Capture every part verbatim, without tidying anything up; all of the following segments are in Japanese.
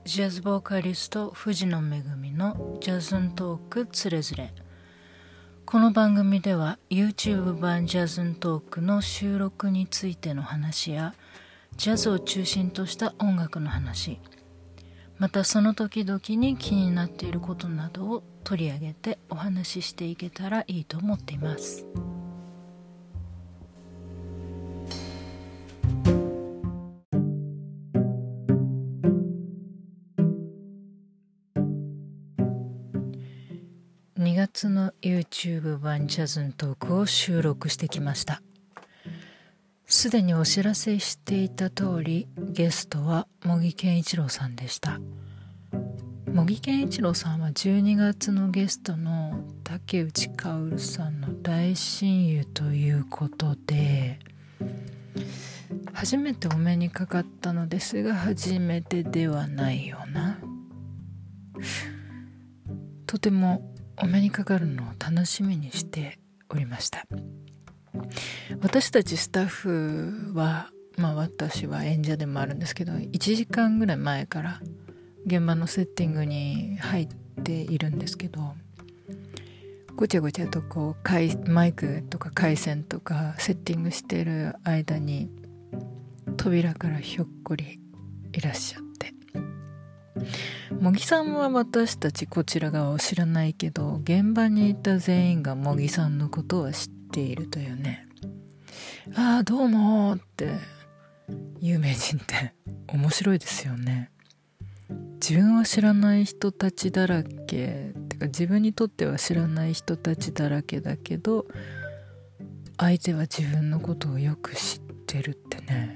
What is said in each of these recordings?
ジャズボーカリスト藤野めぐみのジャズントークつれづれ。この番組では YouTube 版ジャズントークの収録についての話やジャズを中心とした音楽の話、またその時々に気になっていることなどを取り上げてお話ししていけたらいいと思っています。にがつの YouTube 版ジャズントークを収録してきました。すでにお知らせしていた通り、ゲストは茂木健一郎さんでした。茂木健一郎さんはじゅうにがつのゲストの竹内薫さんの大親友ということで、初めてお目にかかったのですが初めてではないような、とてもお目にかかるのを楽しみにしておりました。私たちスタッフは、まあ私は演者でもあるんですけど、いちじかんぐらい前から現場のセッティングに入っているんですけど、ごちゃごちゃとこうマイクとか回線とかセッティングしている間に扉からひょっこりいらっしゃって、茂木さんは私たちこちら側を知らないけど、現場にいた全員が茂木さんのことは知っているというね。ああどうもって有名人って面白いですよね。自分は知らない人たちだらけてか、自分にとっては知らない人たちだらけだけど、相手は自分のことをよく知ってるってね。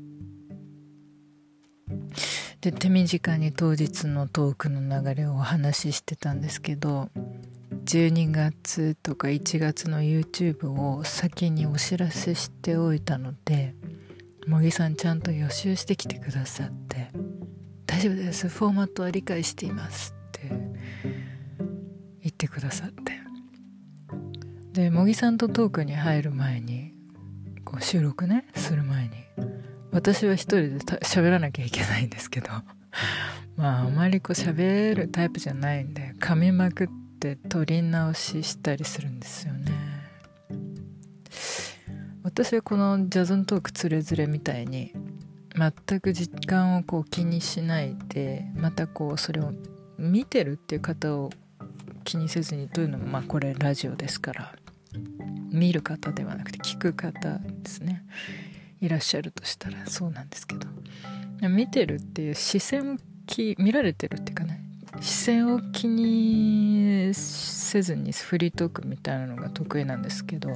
で、手短に当日のトークの流れをお話ししてたんですけど、じゅうにがつとかいちがつの YouTube を先にお知らせしておいたので、茂木さんちゃんと予習してきてくださって、大丈夫です、フォーマットは理解していますって言ってくださって、で茂木さんとトークに入る前に、こう収録ねする前に私は一人で喋らなきゃいけないんですけど、まああまりこう喋るタイプじゃないんで、噛みまくって撮り直ししたりするんですよね。私はこのジャズントークつれづれみたいに全く時間をこう気にしないで、またこうそれを見てるっていう方を気にせずにというのも、まあこれラジオですから見る方ではなくて聞く方ですね、いらっしゃるとしたらそうなんですけど、見てるっていう視線をき見られてるっていうかね、視線を気にせずにフリートークみたいなのが得意なんですけど、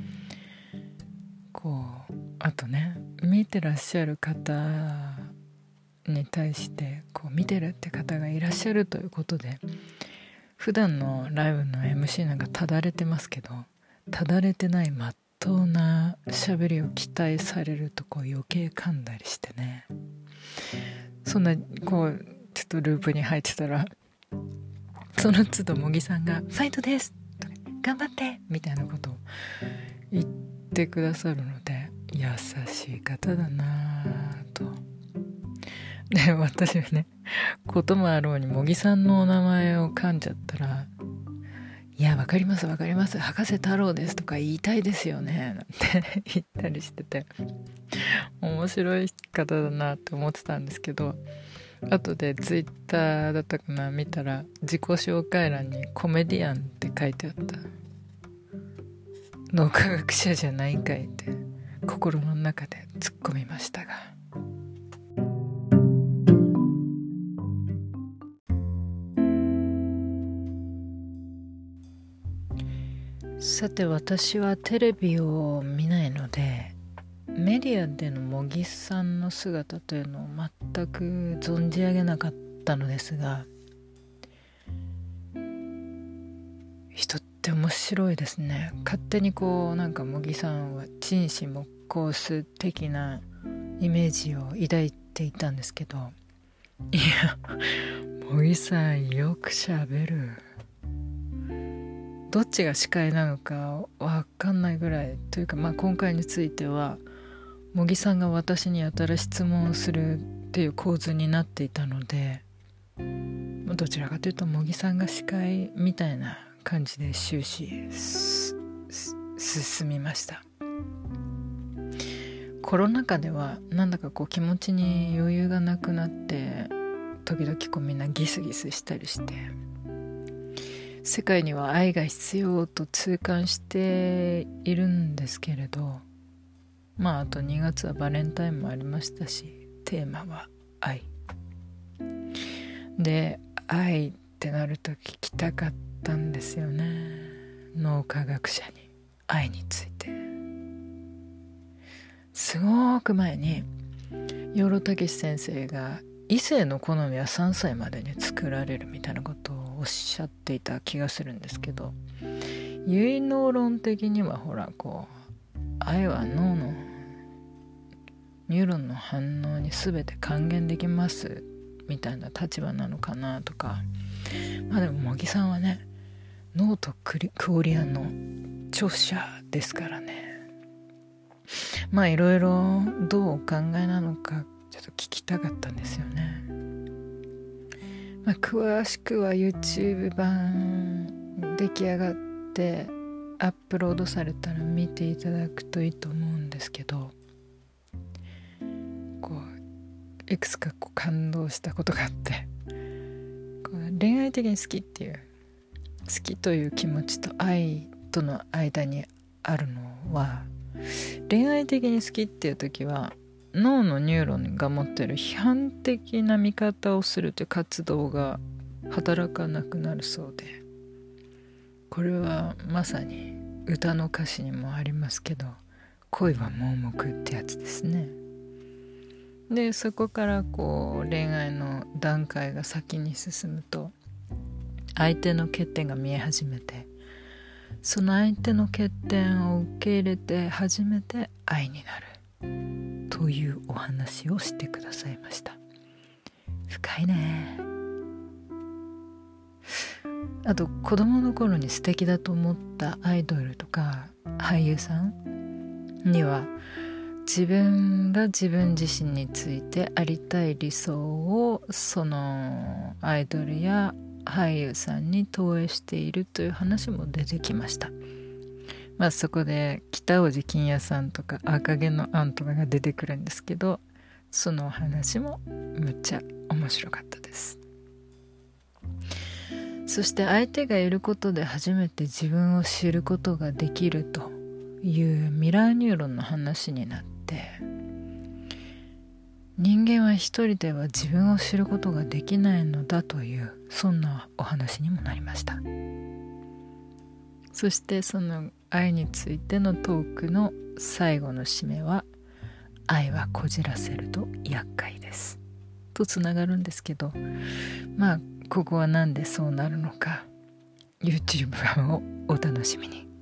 こうあとね、見てらっしゃる方に対してこう見てるって方がいらっしゃるということで、普段のライブの エムシー なんかただれてますけど、ただれてないまっとうな喋りを期待されるとこう余計噛んだりしてね、そんなこうちょっとループに入ってたら、その都度茂木さんがファイトですとか頑張ってみたいなことを言ってくださるので、優しい方だなと。で私はね、こともあろうに茂木さんのお名前を噛んじゃったら、いやわかりますわかります博士太郎ですとか言いたいですよねなんて言ったりしてて、面白い方だなって思ってたんですけど、後でツイッターだったかな見たら、自己紹介欄にコメディアンって書いてあった。脳科学者じゃないんかいって心の中で突っ込みましたが、さて私はテレビを見ないので、メディアでの茂木さんの姿というのを全く存じ上げなかったのですが、人って面白いですね。勝手にこうなんか茂木さんは陳氏木工師的なイメージを抱いていたんですけど、いや茂木さんよくしゃべる。どっちが司会なのか分かんないぐらいというか、まあ今回については茂木さんが私にやたら質問をするっていう構図になっていたので、 どちらかというと茂木さんが司会みたいな感じで終始進みました。コロナ禍ではなんだかこう気持ちに余裕がなくなって、時々こうみんなギスギスしたりして、世界には愛が必要と痛感しているんですけれど、まああとにがつはバレンタインもありましたし、テーマは愛で、愛ってなると聞きたかったんですよね、脳科学者に愛について。すごく前に養老孟司先生が異性の好みはさんさいまでに作られるみたいなことをおっしゃっていた気がするんですけど、唯脳論的にはほらこう愛は脳のニューロンの反応に全て還元できますみたいな立場なのかなとか、まあでも茂木さんはね、脳とクオリアンの著者ですからね。まあいろいろどうお考えなのかちょっと聞きたかったんですよね。まあ、詳しくは YouTube 版出来上がってアップロードされたら見ていただくといいと思うんですけど、こういくつかこう感動したことがあって、こう恋愛的に好きっていう好きという気持ちと愛との間にあるのは、恋愛的に好きっていう時は脳のニューロンが持ってる批判的な見方をするという活動が働かなくなるそうで、これはまさに歌の歌詞にもありますけど、恋は盲目ってやつですね。でそこからこう恋愛の段階が先に進むと、相手の欠点が見え始めて、その相手の欠点を受け入れて初めて愛になるというお話をしてくださいました。深いね。あと子供の頃に素敵だと思ったアイドルとか俳優さんには、自分が自分自身についてありたい理想をそのアイドルや俳優さんに投影しているという話も出てきました。まあそこで北大路欣也さんとか赤毛のアンとかが出てくるんですけど、その話もむっちゃ面白かったです。そして相手がいることで初めて自分を知ることができるというミラーニューロンの話になって、人間は一人では自分を知ることができないのだという、そんなお話にもなりました。そしてその愛についてのトークの最後の締めは、愛はこじらせると厄介ですとつながるんですけど、まあここはなんでそうなるのか YouTube 版をお楽しみに。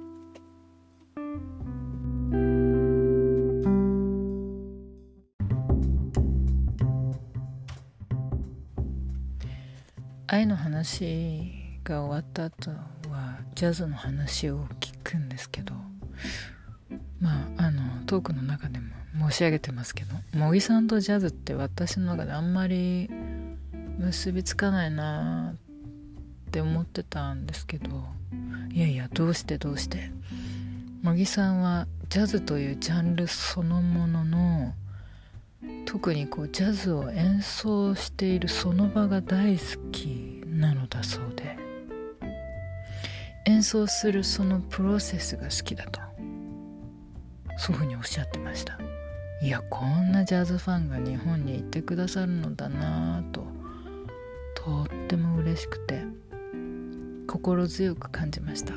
愛の話が終わった後はジャズの話を聞くんですけど、まああのトークの中でも申し上げてますけど、茂木さんとジャズって私の中であんまり結びつかないなって思ってたんですけど、いやいやどうしてどうして茂木さんはジャズというジャンルそのものの、特にこうジャズを演奏しているその場が大好きなのだそうで、演奏するそのプロセスが好きだと、そういうふうにおっしゃってました。いやこんなジャズファンが日本にいてくださるのだなと、とっても嬉しくて心強く感じました。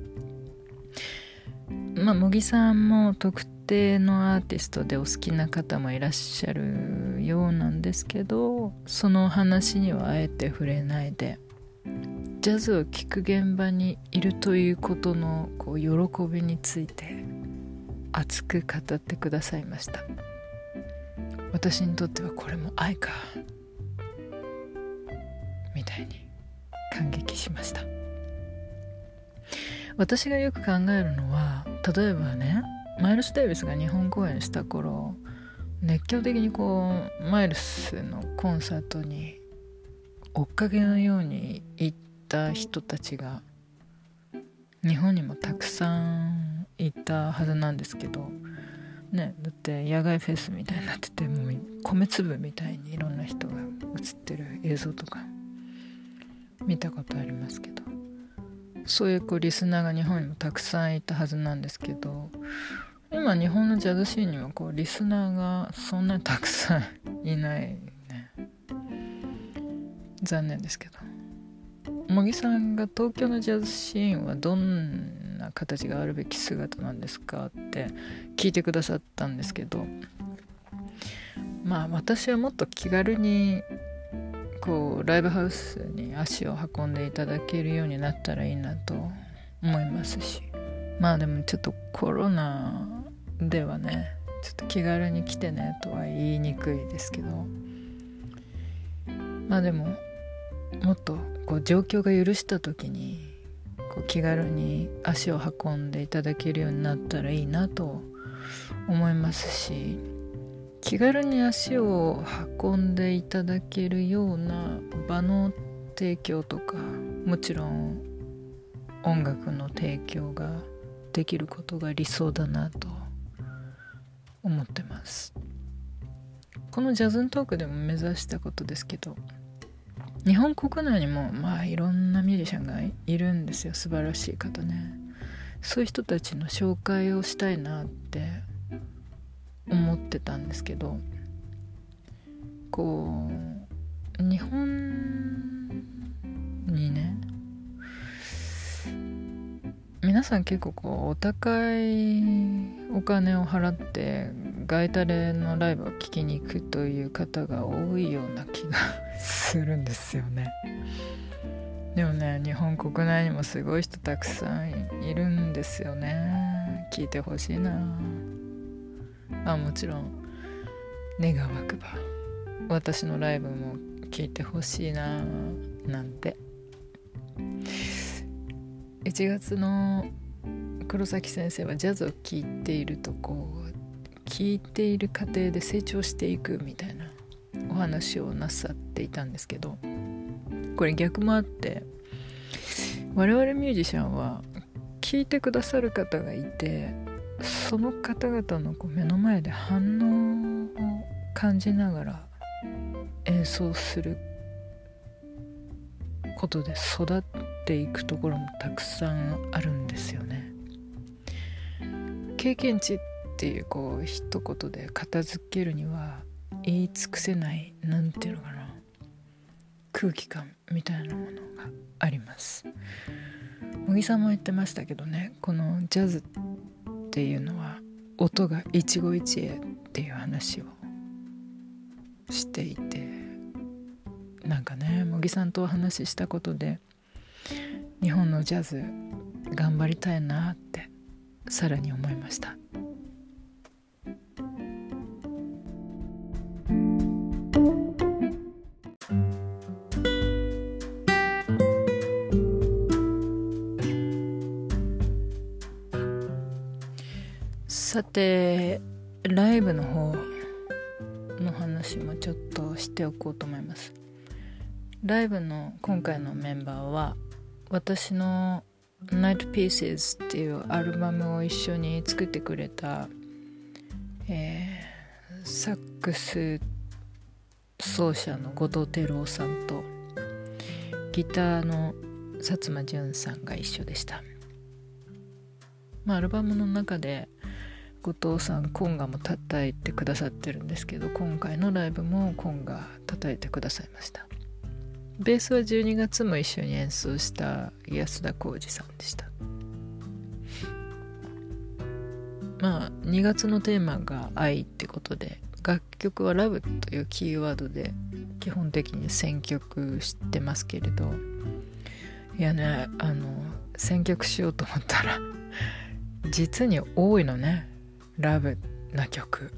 まあ茂木さんも特定のアーティストでお好きな方もいらっしゃるようなんですけど、その話にはあえて触れないで、ジャズを聴く現場にいるということのこう喜びについて熱く語ってくださいました。私にとってはこれも愛かみたいに感激しました。私がよく考えるのは、例えばね、マイルス・デイビスが日本公演した頃、熱狂的にこうマイルスのコンサートに追っかけのように行った人たちが日本にもたくさんいたはずなんですけどね、だって野外フェスみたいになってて、もう米粒みたいにいろんな人が映ってる映像とか見たことありますけど、そういうこうリスナーが日本にもたくさんいたはずなんですけど、今日本のジャズシーンにはこうリスナーがそんなにたくさんいないね。残念ですけど、茂木さんが東京のジャズシーンはどんな形があるべき姿なんですかって聞いてくださったんですけど、まあ私はもっと気軽にこうライブハウスに足を運んでいただけるようになったらいいなと思いますし、まあでもちょっとコロナではね、ちょっと気軽に来てねとは言いにくいですけど、まあでももっとこう状況が許した時にこう気軽に足を運んでいただけるようになったらいいなと思いますし、気軽に足を運んでいただけるような場の提供とか、もちろん音楽の提供ができることが理想だなと思ってます。このジャズントークでも目指したことですけど、日本国内にもまあいろんなミュージシャンがいるんですよ、素晴らしい方ね。そういう人たちの紹介をしたいなって思ってたんですけど、こう日本にね、皆さん結構こうお高いお金を払ってガイタレのライブを聴きに行くという方が多いような気がするんですよね。でもね、日本国内にもすごい人たくさんいるんですよね。聞いてほしいなあ。もちろん願わくば私のライブも聞いてほしいななんて。いちがつの黒崎先生はジャズを聴いているとこう聴いている過程で成長していくみたいなお話をなさっていたんですけど、これ逆もあって、我々ミュージシャンは聴いてくださる方がいて、その方々のこう目の前で反応を感じながら演奏することで育っていくところもたくさんあるんですよね。経験値っていうこう一言で片付けるには言い尽くせない、なんていうのかな、空気感みたいなものがあります。茂木さんも言ってましたけどね、このジャズっていうのは音が一期一会っていう話をしていて、なんかね、茂木さんとお話ししたことで日本のジャズ頑張りたいなってさらに思いました。さて、ライブの方の話もちょっとしておこうと思います。ライブの今回のメンバーは、私の Night Pieces っていうアルバムを一緒に作ってくれた、えー、サックス奏者の後藤輝夫さんとギターの薩摩淳さんが一緒でした。まあ、アルバムの中で後藤さんコンガも叩いてくださってるんですけど、今回のライブもコンガ叩いてくださいました。ベースはじゅうにがつも一緒に演奏した安田浩二さんでした。まあにがつのテーマが愛ってことで、楽曲はラブというキーワードで基本的に選曲してますけれど、いやね、あの選曲しようと思ったら実に多いのね、ラブな曲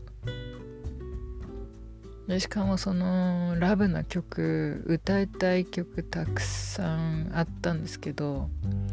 で。しかもそのラブな曲、歌いたい曲たくさんあったんですけど、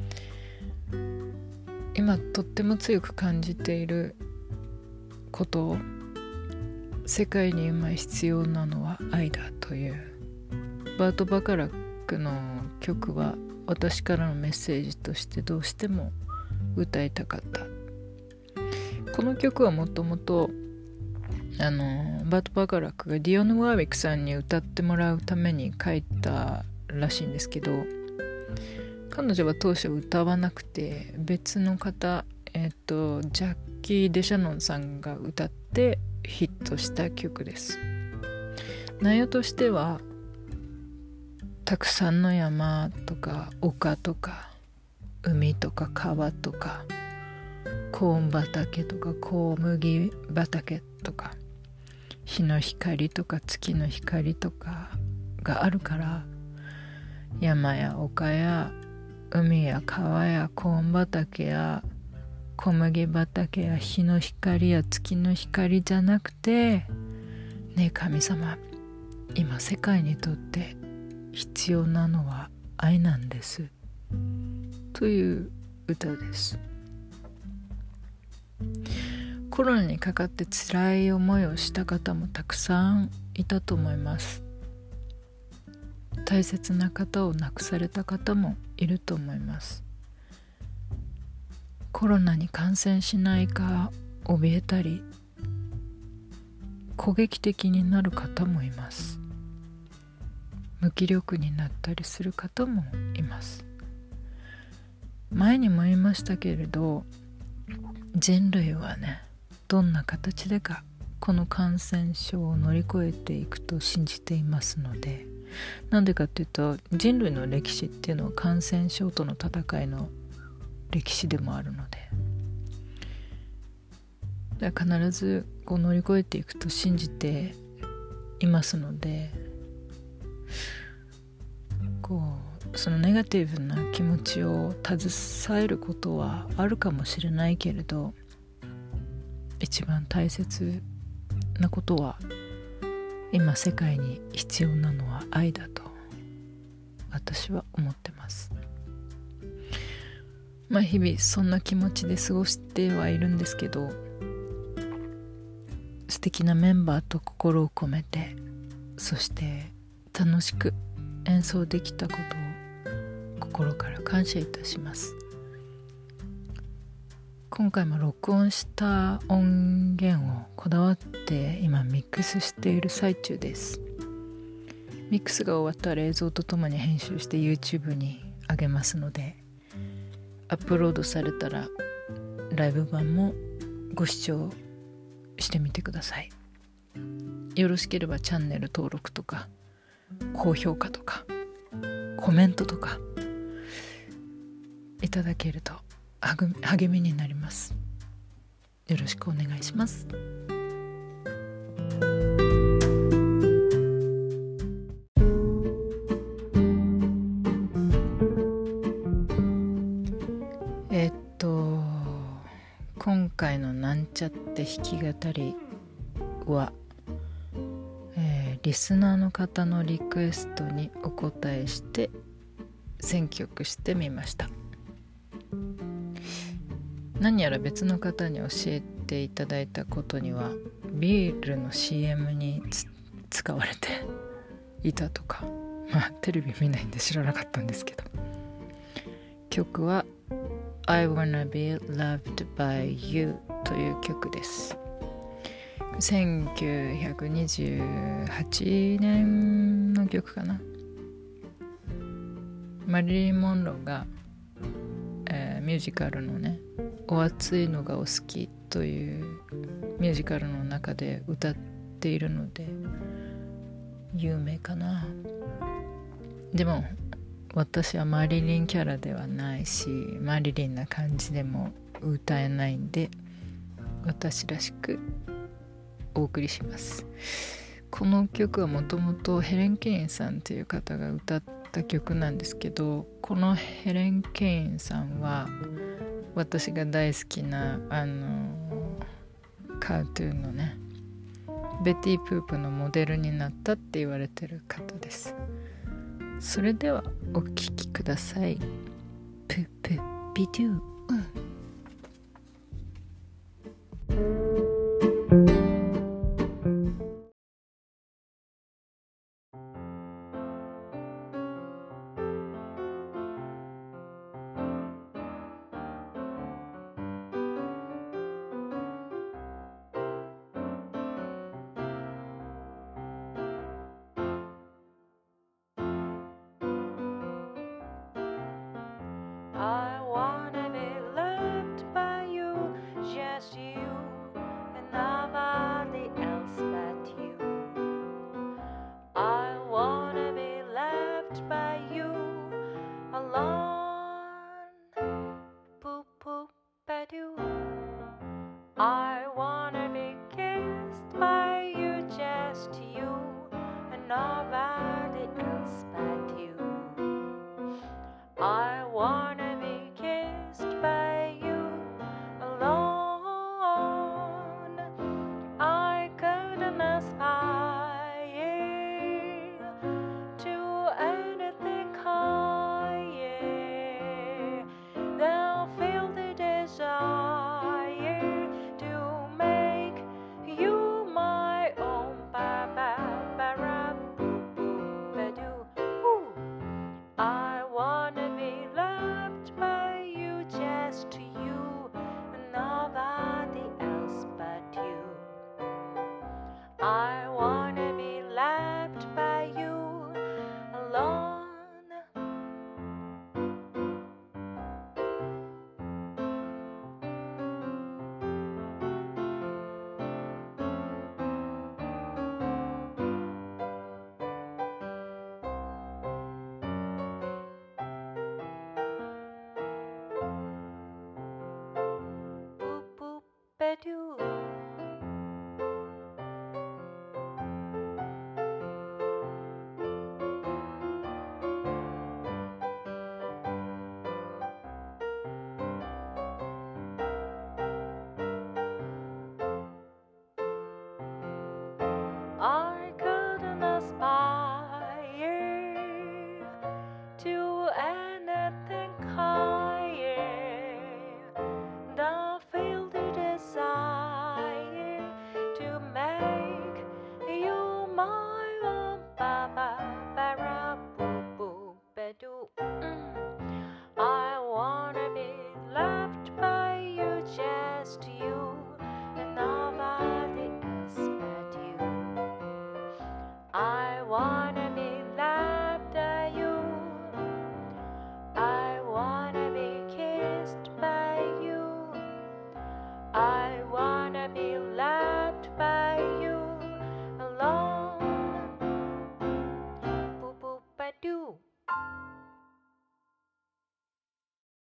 今とっても強く感じていること、世界に今必要なのは愛だというバート・バカラックの曲は私からのメッセージとしてどうしても歌いたかった。この曲はもともとあのバート・バカラックがディオンヌ・ワーウィックさんに歌ってもらうために書いたらしいんですけど、彼女は当初歌わなくて別の方、えっとジャッキー・デシャノンさんが歌ってヒットした曲です。内容としてはたくさんの山とか丘とか海とか川とかコーン畑とか小麦畑とか日の光とか月の光とかがあるから、山や丘や海や川やコーン畑や小麦畑や日の光や月の光じゃなくて、ねえ神様、今世界にとって必要なのは愛なんですという歌です。コロナにかかって辛い思いをした方もたくさんいたと思います。大切な方を亡くされた方もいると思います。コロナに感染しないか怯えたり攻撃的になる方もいます。無気力になったりする方もいます。前にも言いましたけれど、人類はね、どんな形でかこの感染症を乗り越えていくと信じていますので、なんでかっていうと、人類の歴史っていうのは感染症との戦いの歴史でもあるので、だから必ずこう乗り越えていくと信じていますので、こうそのネガティブな気持ちを携えることはあるかもしれないけれど、一番大切なことは、今世界に必要なのは愛だと私は思ってます。まあ日々そんな気持ちで過ごしてはいるんですけど、素敵なメンバーと心を込めて、そして楽しく演奏できたことを心から感謝いたします。今回も録音した音源をこだわって今ミックスしている最中です。ミックスが終わったら映像とともに編集して YouTube に上げますので、アップロードされたらライブ版もご視聴してみてください。よろしければチャンネル登録とか高評価とかコメントとかいただけると励みになります。よろしくお願いします。えっと今回のなんちゃって弾き語りは、えー、リスナーの方のリクエストにお答えして選曲してみました。何やら別の方に教えていただいたことには、ビールの シーエム に使われていたとか、まあテレビ見ないんで知らなかったんですけど、曲は I wanna be loved by you という曲です。せんきゅうひゃくにじゅうはちねんの曲かな。マリリン・モンローが、えー、ミュージカルのね、お熱いのがお好きというミュージカルの中で歌っているので有名かな。でも私はマリリンキャラではないし、マリリンな感じでも歌えないんで、私らしくお送りします。この曲はもともとヘレン・ケインさんという方が歌った曲なんですけど、このヘレン・ケインさんは私が大好きなあのカートゥーンのね、ベティ・プープのモデルになったって言われてる方です。それではお聴きください。プープービドゥ、うんペデュ